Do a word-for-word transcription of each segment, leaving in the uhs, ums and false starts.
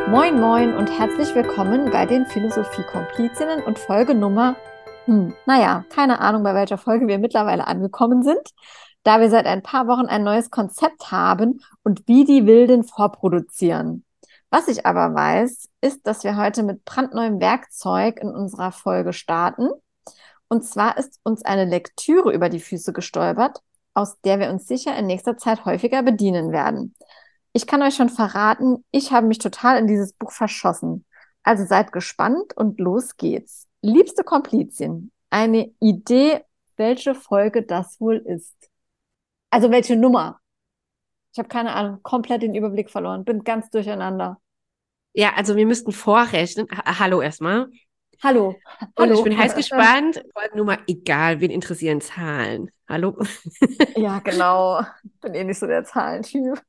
Moin, moin und herzlich willkommen bei den Philosophie-Komplizinnen und Folge Nummer, hm, naja, keine Ahnung, bei welcher Folge wir mittlerweile angekommen sind, da wir seit ein paar Wochen ein neues Konzept haben und wie die Wilden vorproduzieren. Was ich aber weiß, ist, dass wir heute mit brandneuem Werkzeug in unserer Folge starten. Und zwar ist uns eine Lektüre über die Füße gestolpert, aus der wir uns sicher in nächster Zeit häufiger bedienen werden. Ich kann euch schon verraten, ich habe mich total in dieses Buch verschossen. Also seid gespannt und los geht's. Liebste Komplizin, eine Idee, welche Folge das wohl ist. Also welche Nummer? Ich habe keine Ahnung, komplett den Überblick verloren, bin ganz durcheinander. Ja, also wir müssten vorrechnen. Ha Hallo erstmal. Hallo, Und ich hallo. bin heiß gespannt. Folgennummer, egal, wen interessieren Zahlen? Hallo? Ja, genau. Bin eh nicht so der Zahlentyp.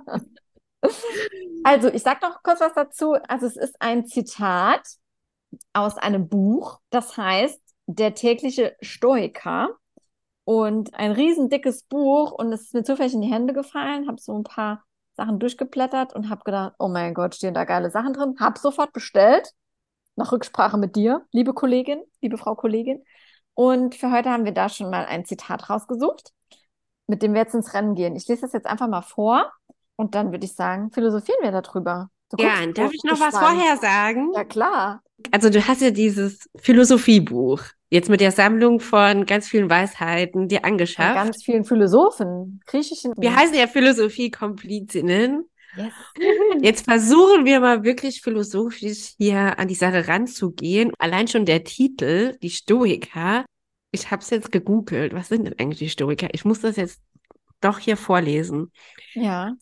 Also, ich sage noch kurz was dazu. Also, es ist ein Zitat aus einem Buch, das heißt Der tägliche Stoiker. Und ein riesendickes Buch und es ist mir zufällig in die Hände gefallen, habe so ein paar Sachen durchgeblättert und habe gedacht, oh mein Gott, stehen da geile Sachen drin. Habe sofort bestellt, nach Rücksprache mit dir, liebe Kollegin, liebe Frau Kollegin. Und für heute haben wir da schon mal ein Zitat rausgesucht, mit dem wir jetzt ins Rennen gehen. Ich lese das jetzt einfach mal vor und dann würde ich sagen, philosophieren wir darüber. Du guckst Ja, darf so ich noch was gespannt. vorher sagen? Ja, klar. Also du hast ja dieses Philosophiebuch jetzt mit der Sammlung von ganz vielen Weisheiten dir Von angeschafft. ganz vielen Philosophen, Wir griechischen. heißen ja Philosophie-Komplizinnen. Yes. Jetzt versuchen wir mal wirklich philosophisch hier an die Sache ranzugehen. Allein schon der Titel, die Stoiker. Ich habe es jetzt gegoogelt. Was sind denn eigentlich die Stoiker? Ich muss das jetzt doch hier vorlesen. Ja.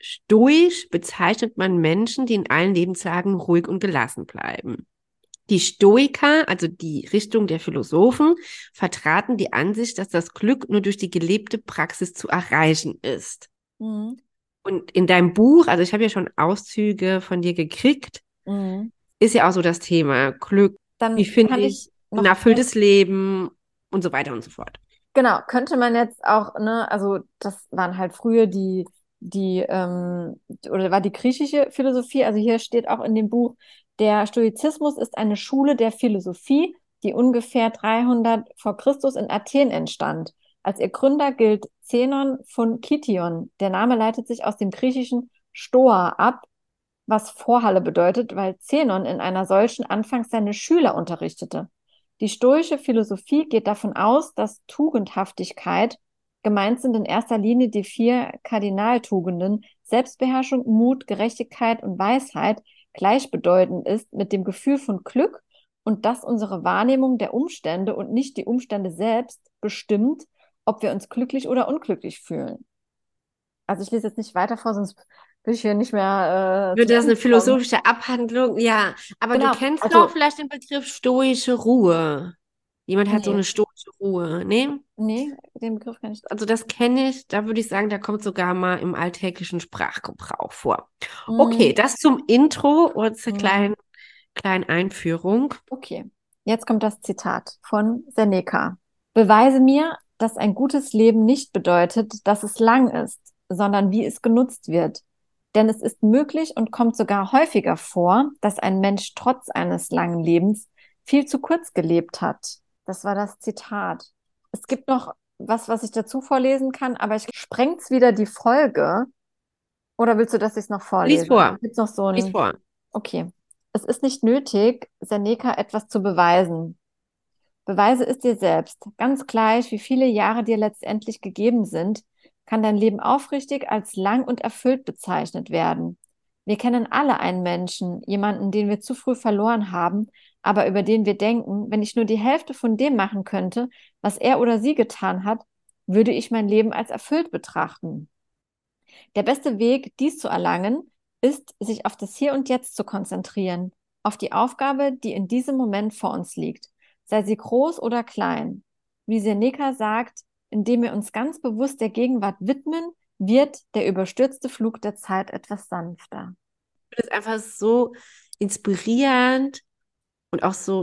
Stoisch bezeichnet man Menschen, die in allen Lebenslagen ruhig und gelassen bleiben. Die Stoiker, also die Richtung der Philosophen, vertraten die Ansicht, dass das Glück nur durch die gelebte Praxis zu erreichen ist. Mhm. Und in deinem Buch, also ich habe ja schon Auszüge von dir gekriegt, Mhm. ist ja auch so das Thema Glück. Wie Dann finde kann ich ich ein noch erfülltes Leben und so weiter und so fort. genau, könnte man jetzt auch, ne, also das waren halt früher die, die, ähm, oder war die griechische Philosophie, also hier steht auch in dem Buch, der Stoizismus ist eine Schule der Philosophie, die ungefähr dreihundert vor Christus in Athen entstand. Als ihr Gründer gilt Zenon von Kition. Der Name leitet sich aus dem griechischen Stoa ab, was Vorhalle bedeutet, weil Zenon in einer solchen anfangs seine Schüler unterrichtete. Die stoische Philosophie geht davon aus, dass Tugendhaftigkeit, gemeint sind in erster Linie die vier Kardinaltugenden, Selbstbeherrschung, Mut, Gerechtigkeit und Weisheit, gleichbedeutend ist mit dem Gefühl von Glück und dass unsere Wahrnehmung der Umstände und nicht die Umstände selbst bestimmt, ob wir uns glücklich oder unglücklich fühlen. Also ich lese jetzt nicht weiter vor, sonst will ich hier nicht mehr äh, Wird zum das Ende eine kommen. philosophische Abhandlung? Ja, aber du Genau, kennst doch also, vielleicht den Begriff stoische Ruhe. Jemand hat so nee, eine stoische Ruhe, ne? nee, den Begriff kann ich. Also das kenne ich, da würde ich sagen, da kommt sogar mal im alltäglichen Sprachgebrauch vor. Okay, Mm, das zum Intro und zur mm, kleinen, kleinen Einführung. okay, jetzt kommt das Zitat von Seneca. Beweise mir, dass ein gutes Leben nicht bedeutet, dass es lang ist, sondern wie es genutzt wird. Denn es ist möglich und kommt sogar häufiger vor, dass ein Mensch trotz eines langen Lebens viel zu kurz gelebt hat. Das war das Zitat. Es gibt noch was, was ich dazu vorlesen kann, aber ich spreng's wieder die Folge. Oder willst du, dass ich es noch Lies vorlese? vor, Gibt's noch so lies ein, vor. okay. Es ist nicht nötig, Seneca etwas zu beweisen. Beweise es dir selbst. Ganz gleich, wie viele Jahre dir letztendlich gegeben sind, kann dein Leben aufrichtig als lang und erfüllt bezeichnet werden. Wir kennen alle einen Menschen, jemanden, den wir zu früh verloren haben, aber über den wir denken, wenn ich nur die Hälfte von dem machen könnte, was er oder sie getan hat, würde ich mein Leben als erfüllt betrachten. Der beste Weg, dies zu erlangen, ist, sich auf das Hier und Jetzt zu konzentrieren, auf die Aufgabe, die in diesem Moment vor uns liegt, sei sie groß oder klein. Wie Seneca sagt, indem wir uns ganz bewusst der Gegenwart widmen, wird der überstürzte Flug der Zeit etwas sanfter. Ich finde es einfach so inspirierend und auch so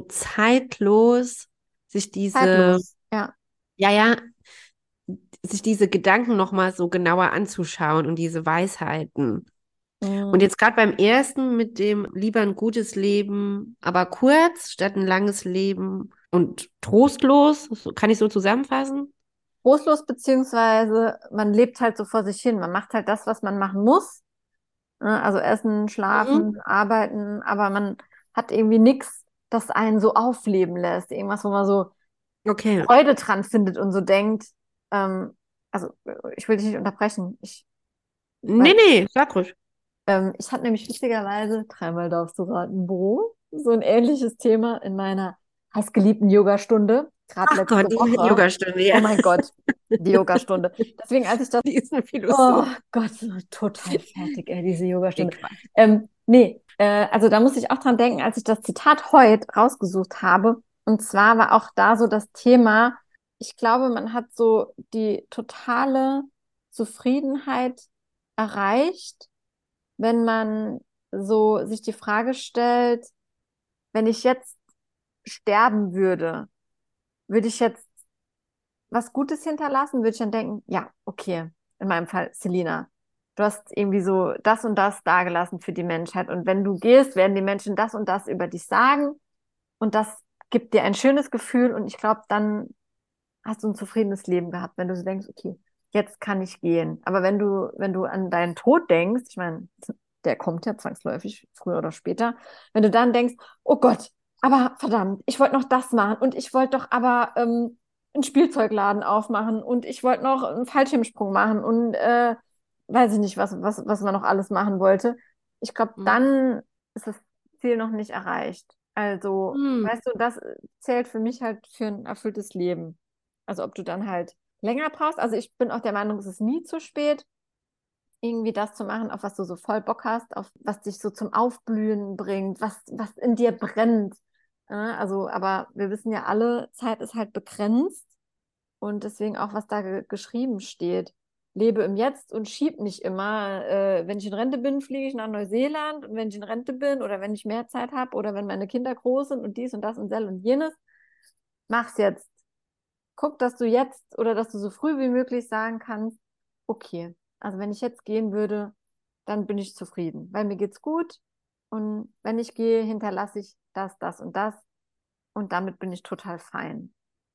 zeitlos, sich diese, Zeitlos, ja. ja, ja, sich diese Gedanken nochmal so genauer anzuschauen und diese Weisheiten. Und Mhm. jetzt gerade beim ersten mit dem lieber ein gutes Leben, aber kurz, statt ein langes Leben und trostlos, so- kann ich so zusammenfassen? Trostlos, beziehungsweise man lebt halt so vor sich hin. Man macht halt das, was man machen muss. Ne? Also essen, Mhm. schlafen, arbeiten, aber man hat irgendwie nichts, das einen so aufleben lässt. Irgendwas, wo man so Okay. Freude dran findet und so denkt. Ähm, also, ich will dich nicht unterbrechen. Ich, Nee, weil nee, sag ruhig. ähm, ich hatte nämlich witzigerweise, dreimal darfst du raten, Bro, so ein ähnliches Thema in meiner heißgeliebten Yogastunde, gerade Ach letzte Gott, die Woche. Yogastunde, Oh ja. mein Gott, die Yogastunde. Deswegen, als ich das, Die ist ein oh Philosoph. Gott, total fertig, ey, diese Nee, Yogastunde. Quatsch. Ähm, nee, äh, also da muss ich auch dran denken, als ich das Zitat heute rausgesucht habe. Und zwar war auch da so das Thema, ich glaube, man hat so die totale Zufriedenheit erreicht, wenn man so sich die Frage stellt, wenn ich jetzt sterben würde, würde ich jetzt was Gutes hinterlassen? Würde ich dann denken, ja, okay, in meinem Fall Selina, du hast irgendwie so das und das dagelassen für die Menschheit. Und wenn du gehst, werden die Menschen das und das über dich sagen. Und das gibt dir ein schönes Gefühl. Und ich glaube, dann hast du ein zufriedenes Leben gehabt, wenn du so denkst, okay, jetzt kann ich gehen. Aber wenn du, wenn du an deinen Tod denkst, ich meine, der kommt ja zwangsläufig, früher oder später, wenn du dann denkst, oh Gott, aber verdammt, ich wollte noch das machen und ich wollte doch aber ähm, einen Spielzeugladen aufmachen und ich wollte noch einen Fallschirmsprung machen und äh, weiß ich nicht, was, was, was man noch alles machen wollte. Ich glaube, Mhm. dann ist das Ziel noch nicht erreicht. Also, Hm. weißt du, das zählt für mich halt für ein erfülltes Leben. Also ob du dann halt länger brauchst. Also ich bin auch der Meinung, es ist nie zu spät, irgendwie das zu machen, auf was du so voll Bock hast, auf was dich so zum Aufblühen bringt, was, was in dir brennt. Ja, also, aber wir wissen ja alle, Zeit ist halt begrenzt und deswegen auch, was da ge geschrieben steht. Lebe im Jetzt und schieb nicht immer. Äh, wenn ich in Rente bin, fliege ich nach Neuseeland und wenn ich in Rente bin oder wenn ich mehr Zeit habe oder wenn meine Kinder groß sind und dies und das und sel und jenes, mach's jetzt. Guck, dass du jetzt oder dass du so früh wie möglich sagen kannst, okay, also wenn ich jetzt gehen würde, dann bin ich zufrieden, weil mir geht's gut und wenn ich gehe, hinterlasse ich das, das und das und damit bin ich total fein.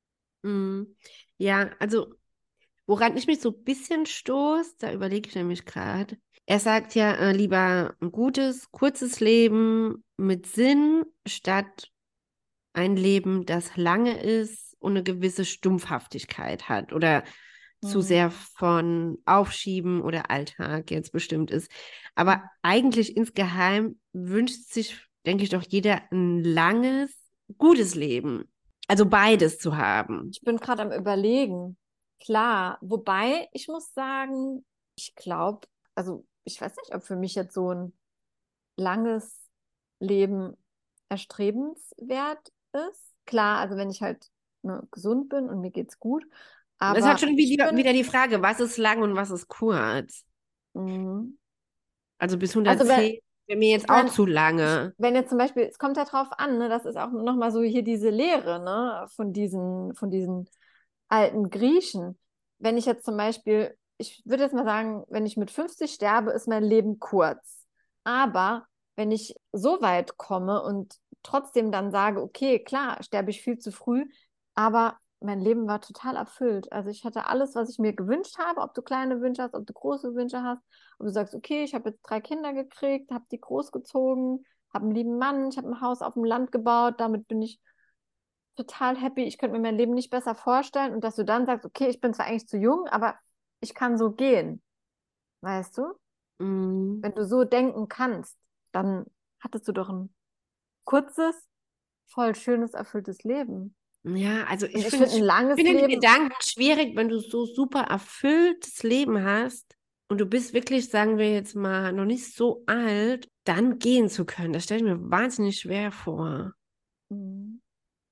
Mhm. Ja, also woran ich mich so ein bisschen stoße, da überlege ich nämlich gerade. Er sagt ja, äh, lieber ein gutes, kurzes Leben mit Sinn, statt ein Leben, das lange ist und eine gewisse Stumpfhaftigkeit hat oder zu Hm. sehr von Aufschieben oder Alltag jetzt bestimmt ist. Aber Hm. eigentlich insgeheim wünscht sich, denke ich doch, jeder ein langes, gutes Leben. Also beides zu haben. Ich bin gerade am Überlegen. Klar, wobei ich muss sagen, ich glaube, also ich weiß nicht, ob für mich jetzt so ein langes Leben erstrebenswert ist. Klar, also wenn ich halt ne, gesund bin und mir geht's gut, Das hat aber schon ich wieder, bin, wieder die Frage, was ist lang und was ist kurz? mh, Also bis also wenn, hundertzehn wäre mir ich jetzt auch meine, zu ich, lange. wenn jetzt zum Beispiel, es kommt ja drauf an, ne, das ist auch nochmal so hier diese Lehre, ne, von diesen, von diesen alten Griechen. Wenn ich jetzt zum Beispiel, ich würde jetzt mal sagen, wenn ich mit fünfzig sterbe, ist mein Leben kurz. Aber wenn ich so weit komme und trotzdem dann sage, okay, klar, sterbe ich viel zu früh, aber mein Leben war total erfüllt. Also ich hatte alles, was ich mir gewünscht habe, ob du kleine Wünsche hast, ob du große Wünsche hast, ob du sagst, okay, ich habe jetzt drei Kinder gekriegt, habe die großgezogen, habe einen lieben Mann, ich habe ein Haus auf dem Land gebaut, damit bin ich total happy, ich könnte mir mein Leben nicht besser vorstellen und dass du dann sagst, okay, ich bin zwar eigentlich zu jung, aber ich kann so gehen, weißt du? Mm, Wenn du so denken kannst, dann hattest du doch ein kurzes, voll schönes, erfülltes Leben. ja, also Und ich ich finde finde, ein ich langes finde die Leben, Gedanken schwierig, wenn du so super erfülltes Leben hast und du bist wirklich, sagen wir jetzt mal, noch nicht so alt, dann gehen zu können. Das stelle ich mir wahnsinnig schwer vor. hm,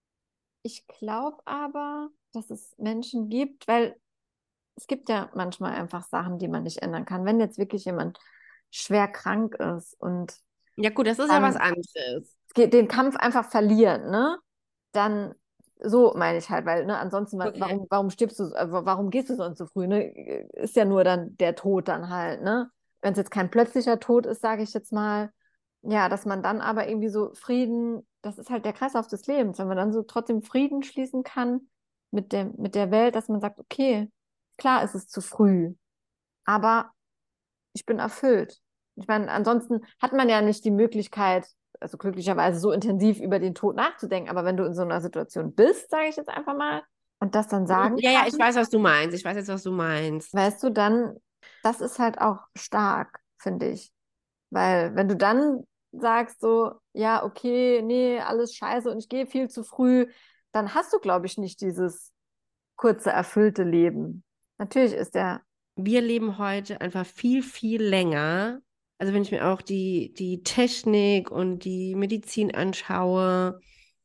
ich glaube aber, dass es Menschen gibt, weil es gibt ja manchmal einfach Sachen, die man nicht ändern kann. Wenn jetzt wirklich jemand schwer krank ist und Ja gut, das ist ja was dann anderes. den Kampf einfach verlieren, ne? Dann so meine ich halt, weil, ne, ansonsten, wa- Okay. warum, warum stirbst du, äh, warum gehst du sonst so früh, ne? Ist ja nur dann der Tod dann halt, ne? wenn es jetzt kein plötzlicher Tod ist, sage ich jetzt mal, ja, dass man dann aber irgendwie so Frieden, das ist halt der Kreislauf des Lebens, wenn man dann so trotzdem Frieden schließen kann mit dem, mit der Welt, dass man sagt, okay, klar ist es zu früh, aber ich bin erfüllt. Ich meine, ansonsten hat man ja nicht die Möglichkeit, also glücklicherweise so intensiv über den Tod nachzudenken, aber wenn du in so einer Situation bist, sage ich jetzt einfach mal, und das dann sagen Ja, ja, ich kannst, weiß, was du meinst. Ich weiß jetzt, was du meinst. weißt du, dann, das ist halt auch stark, finde ich. Weil wenn du dann sagst so, ja, okay, nee, alles scheiße und ich gehe viel zu früh, dann hast du, glaube ich, nicht dieses kurze, erfüllte Leben. Natürlich ist der, Wir leben heute einfach viel, viel länger. Also wenn ich mir auch die, die Technik und die Medizin anschaue,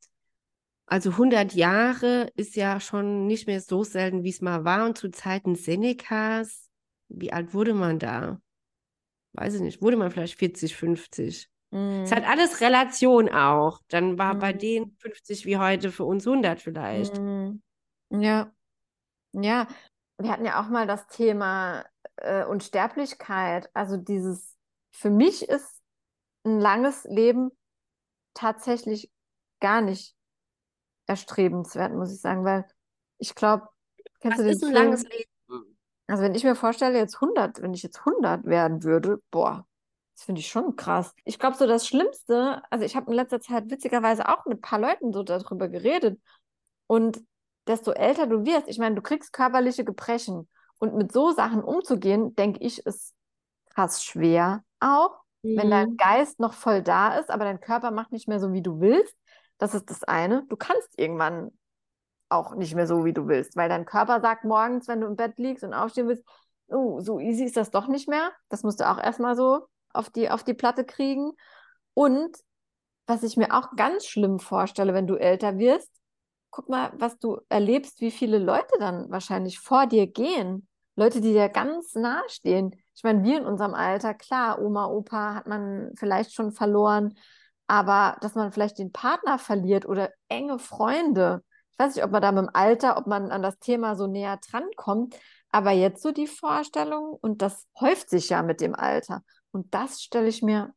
also hundert Jahre ist ja schon nicht mehr so selten, wie es mal war. Und zu Zeiten Senecas, wie alt wurde man da? Weiß ich nicht, wurde man vielleicht vierzig, fünfzig? Es hat mm, alles Relation auch. Dann war bei mm, denen fünfzig wie heute für uns hundert vielleicht. mm, ja, ja. Wir hatten ja auch mal das Thema äh, Unsterblichkeit. Also dieses, für mich ist ein langes Leben tatsächlich gar nicht erstrebenswert, muss ich sagen, weil ich glaube, kennst du Was den ist ein langes Film? Leben? Also wenn ich mir vorstelle, jetzt hundert, wenn ich jetzt hundert werden würde, boah, das finde ich schon krass. Ich glaube so das Schlimmste, also ich habe in letzter Zeit witzigerweise auch mit ein paar Leuten so darüber geredet und desto älter du wirst, ich meine, du kriegst körperliche Gebrechen und mit so Sachen umzugehen, denke ich, ist krass schwer auch, wenn dein Mhm. Geist noch voll da ist, aber dein Körper macht nicht mehr so, wie du willst. Das ist das eine. Du kannst irgendwann auch nicht mehr so, wie du willst, weil dein Körper sagt morgens, wenn du im Bett liegst und aufstehen willst, oh, so easy ist das doch nicht mehr. Das musst du auch erstmal so auf die, auf die Platte kriegen. Und was ich mir auch ganz schlimm vorstelle, wenn du älter wirst, guck mal, was du erlebst, wie viele Leute dann wahrscheinlich vor dir gehen. Leute, die dir ganz nahe stehen. Ich meine, wir in unserem Alter, klar, Oma, Opa hat man vielleicht schon verloren, aber dass man vielleicht den Partner verliert oder enge Freunde. Ich weiß nicht, ob man da mit dem Alter, ob man an das Thema so näher drankommt, aber jetzt so die Vorstellung, und das häuft sich ja mit dem Alter. Und das stelle ich mir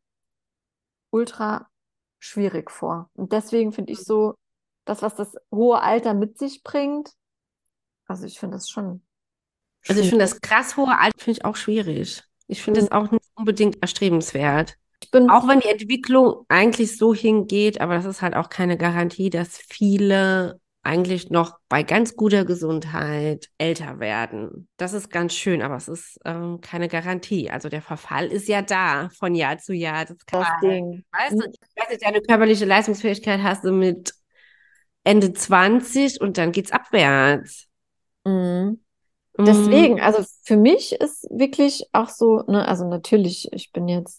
ultra schwierig vor. Und deswegen finde ich so, das, was das hohe Alter mit sich bringt, also ich finde das schon Also ich finde schwierig. das krass hohe Alter finde ich auch schwierig. Ich finde Mhm. es auch nicht unbedingt erstrebenswert. Ich bin, Auch wenn die Entwicklung eigentlich so hingeht, aber das ist halt auch keine Garantie, dass viele eigentlich noch bei ganz guter Gesundheit älter werden. Das ist ganz schön, aber es ist ähm, keine Garantie. Also der Verfall ist ja da von Jahr zu Jahr. Das kann das man, Ding. weißt du, Mhm. ich weiß nicht, deine körperliche Leistungsfähigkeit hast du mit Ende zwanzig und dann geht's abwärts. Mhm. Mm, Deswegen, also für mich ist wirklich auch so, ne, also natürlich, ich bin jetzt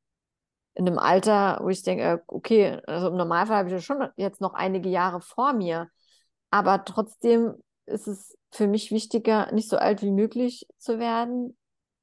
in einem Alter, wo ich denke, äh, okay, also im Normalfall habe ich ja schon jetzt noch einige Jahre vor mir, aber trotzdem ist es für mich wichtiger, nicht so alt wie möglich zu werden,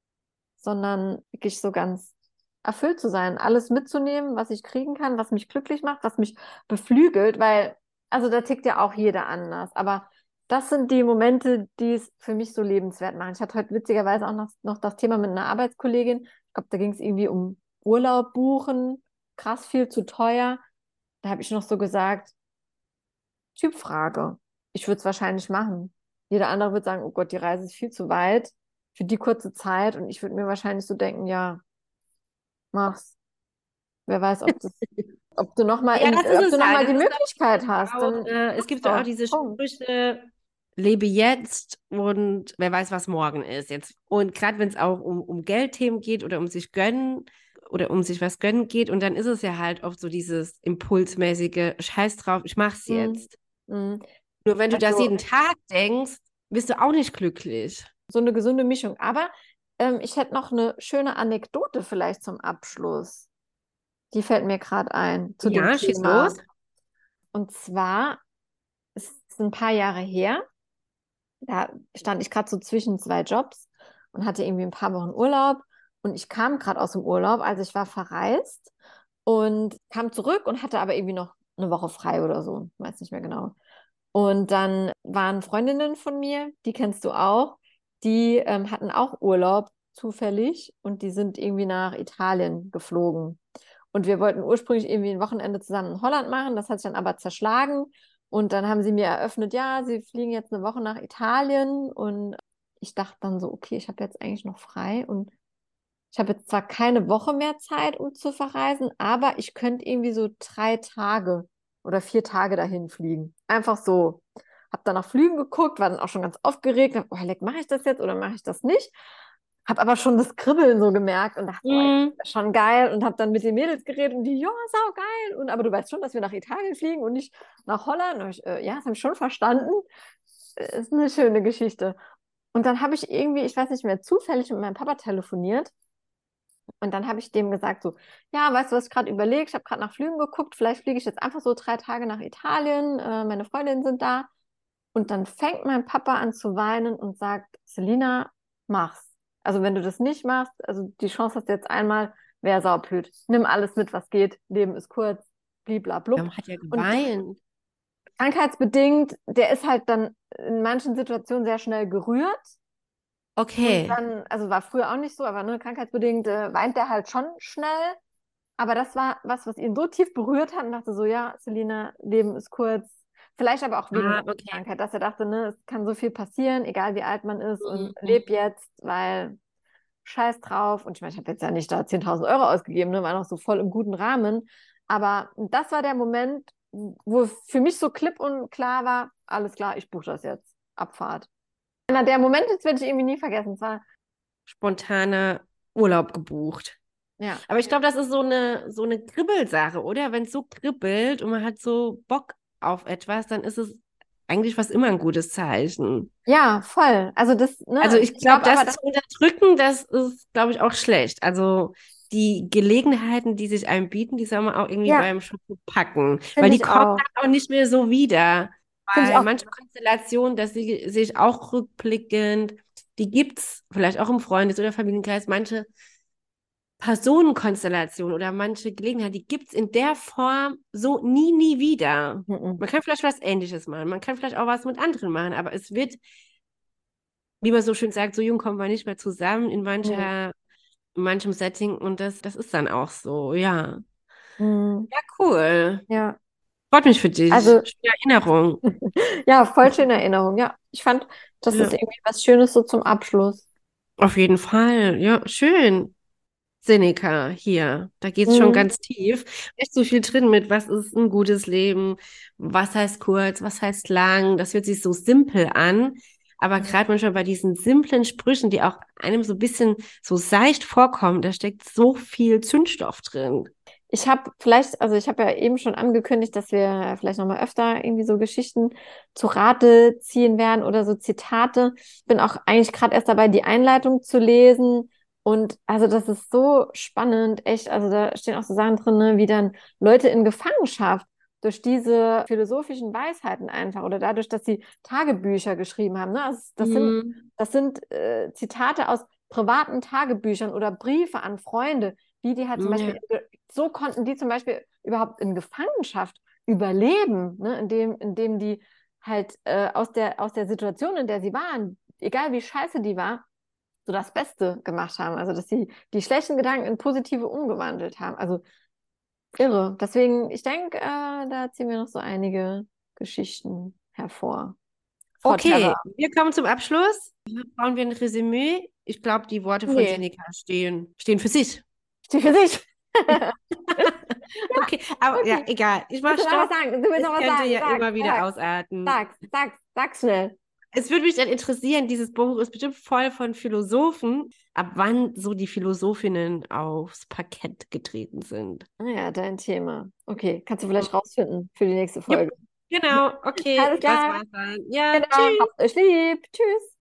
sondern wirklich so ganz erfüllt zu sein, alles mitzunehmen, was ich kriegen kann, was mich glücklich macht, was mich beflügelt, weil, also da tickt ja auch jeder anders, aber das sind die Momente, die es für mich so lebenswert machen. Ich hatte heute witzigerweise auch noch, noch das Thema mit einer Arbeitskollegin. Ich glaube, da ging es irgendwie um Urlaub buchen, krass viel zu teuer. Da habe ich noch so gesagt, Typfrage. Ich würde es wahrscheinlich machen. Jeder andere wird sagen, oh Gott, die Reise ist viel zu weit für die kurze Zeit. Und ich würde mir wahrscheinlich so denken, ja, mach's. Wer weiß, ob das, ob du noch mal ja, in, das ist ob du es noch halt. mal Das die ist, glaube ich, Möglichkeit hast, auch, dann äh, es mach's gibt auch doch. diese Punkt. Sprüche, lebe jetzt und wer weiß, was morgen ist jetzt. Und gerade wenn es auch um, um Geldthemen geht oder um sich gönnen oder um sich was gönnen geht, und dann ist es ja halt oft so dieses impulsmäßige Scheiß drauf, ich mach's Mhm. jetzt. Mhm. Nur wenn du das Also jeden Tag denkst, bist du auch nicht glücklich. so eine gesunde Mischung. Aber ähm, ich hätte noch eine schöne Anekdote vielleicht zum Abschluss. Die fällt mir gerade ein zu dem Ja, schieß los. Thema. Und zwar ist es ein paar Jahre her. Da stand ich gerade so zwischen zwei Jobs und hatte irgendwie ein paar Wochen Urlaub. Und ich kam gerade aus dem Urlaub, also ich war verreist und kam zurück und hatte aber irgendwie noch eine Woche frei oder so. Weiß nicht mehr genau. Und dann waren Freundinnen von mir, die kennst du auch, die ähm, hatten auch Urlaub zufällig und die sind irgendwie nach Italien geflogen. Und wir wollten ursprünglich irgendwie ein Wochenende zusammen in Holland machen, das hat sich dann aber zerschlagen. Und dann haben sie mir eröffnet, ja, sie fliegen jetzt eine Woche nach Italien. Und ich dachte dann so, okay, ich habe jetzt eigentlich noch frei und ich habe jetzt zwar keine Woche mehr Zeit, um zu verreisen, aber ich könnte irgendwie so drei Tage oder vier Tage dahin fliegen. Einfach so. Hab dann nach Flügen geguckt, war dann auch schon ganz aufgeregt. Hab, oh, leck, mache ich das jetzt oder mache ich das nicht? Hab aber schon das Kribbeln so gemerkt und dachte, oh, Mhm. ja, schon geil. Und hab dann mit den Mädels geredet und die, ja, sau geil. Und aber du weißt schon, dass wir nach Italien fliegen und nicht nach Holland. Und ich, äh, ja, das habe ich schon verstanden. Äh, Ist eine schöne Geschichte. Und dann habe ich irgendwie, ich weiß nicht mehr, zufällig mit meinem Papa telefoniert. Und dann habe ich dem gesagt, so, ja, weißt du, was ich gerade überlegt? Ich habe gerade nach Flügen geguckt, vielleicht fliege ich jetzt einfach so drei Tage nach Italien, äh, meine Freundinnen sind da. Und dann fängt mein Papa an zu weinen und sagt, Selina, mach's. Also wenn du das nicht machst, also die Chance hast du jetzt einmal, wäre saublöd. Nimm alles mit, was geht. Leben ist kurz, bliblablub. Er hat ja Und geweint. krankheitsbedingt, der ist halt dann in manchen Situationen sehr schnell gerührt. Und Okay. dann, also war früher auch nicht so, aber ne, krankheitsbedingt äh, weint der halt schon schnell. Aber das war was, was ihn so tief berührt hat und dachte so, ja, Selina, Leben ist kurz. Vielleicht aber auch wegen Ah, seiner okay. Krankheit, dass er dachte, ne, es kann so viel passieren, egal wie alt man ist und Mhm. leb jetzt, weil scheiß drauf. Und ich meine, ich habe jetzt ja nicht da zehntausend Euro ausgegeben, ne, war noch so voll im guten Rahmen. Aber das war der Moment, wo für mich so klipp und klar war, alles klar, ich buche das jetzt. Abfahrt. Einer der Momente, das werde ich irgendwie nie vergessen. Es war, Spontaner Urlaub gebucht. ja, Aber ich glaube, das ist so eine, so eine Kribbelsache, oder? Wenn es so kribbelt und man hat so Bock auf etwas, dann ist es eigentlich fast immer ein gutes Zeichen. ja, voll. Also das, Also ne, ich ich glaube, glaube aber, das das zu unterdrücken, das ist, glaube ich, auch schlecht. Also die Gelegenheiten, die sich einem bieten, die soll man auch irgendwie ja, beim Schopfe packen, weil finde die ich kommen auch. dann auch nicht mehr so wieder. Finde ich Weil auch. manche Konstellationen, dass sie sich auch rückblickend, die gibt es vielleicht auch im Freundes- oder Familienkreis, manche Personenkonstellationen oder manche Gelegenheiten, die gibt es in der Form so nie, nie wieder. Mhm. Man kann vielleicht was Ähnliches machen, man kann vielleicht auch was mit anderen machen, aber es wird, wie man so schön sagt, so jung kommen wir nicht mehr zusammen in Mhm. mancher, in manchem Setting und das, das ist dann auch so, ja. Mhm. Ja, cool. Ja, Freut mich für dich. also Schöne Erinnerung. ja, voll schöne Erinnerung. Ja, ich fand, das ist Ja, irgendwie was Schönes so zum Abschluss. auf jeden Fall. Ja, schön. Seneca hier. Da geht es schon Mhm. ganz tief. Echt so viel drin mit, was ist ein gutes Leben, was heißt kurz, was heißt lang. Das hört sich so simpel an. Aber gerade manchmal bei diesen simplen Sprüchen, die auch einem so ein bisschen so seicht vorkommen, da steckt so viel Zündstoff drin. Ich habe vielleicht, also ich habe ja eben schon angekündigt, dass wir vielleicht nochmal öfter irgendwie so Geschichten zu Rate ziehen werden oder so Zitate. Ich bin auch eigentlich gerade erst dabei, die Einleitung zu lesen. Und also das ist so spannend, echt. Also da stehen auch so Sachen drin, ne, wie dann Leute in Gefangenschaft durch diese philosophischen Weisheiten einfach oder dadurch, dass sie Tagebücher geschrieben haben. Ne? Also das sind, Mhm. das sind äh, Zitate aus privaten Tagebüchern oder Briefe an Freunde, wie die halt zum Beispiel Ja. so konnten die zum Beispiel überhaupt in Gefangenschaft überleben, ne? indem, indem die halt äh, aus der, aus der Situation, in der sie waren, egal wie scheiße die war, so das Beste gemacht haben. Also, dass sie die schlechten Gedanken in positive umgewandelt haben. Also, irre. Deswegen, ich denke, äh, da ziehen wir noch so einige Geschichten hervor. Frau Okay, Terra. wir kommen zum Abschluss. Hier brauchen wir ein Resümee. Ich glaube, die Worte von Nee, Seneca stehen, stehen für sich. steht für sich. Okay, aber ja, Okay. egal. Ich mache Willst du noch was Stopp. sagen? Du willst noch Es was könnte sagen? ja Sag, immer wieder sag, ausarten. sag, sag, sag schnell. Es würde mich dann interessieren, dieses Buch ist bestimmt voll von Philosophen, ab wann so die Philosophinnen aufs Parkett getreten sind. Naja, dein Thema. Okay, kannst du vielleicht rausfinden für die nächste Jupp, Folge. genau. Okay, Alles das klar. war's dann. Ja, Genau. tschüss. Habt euch lieb. Tschüss.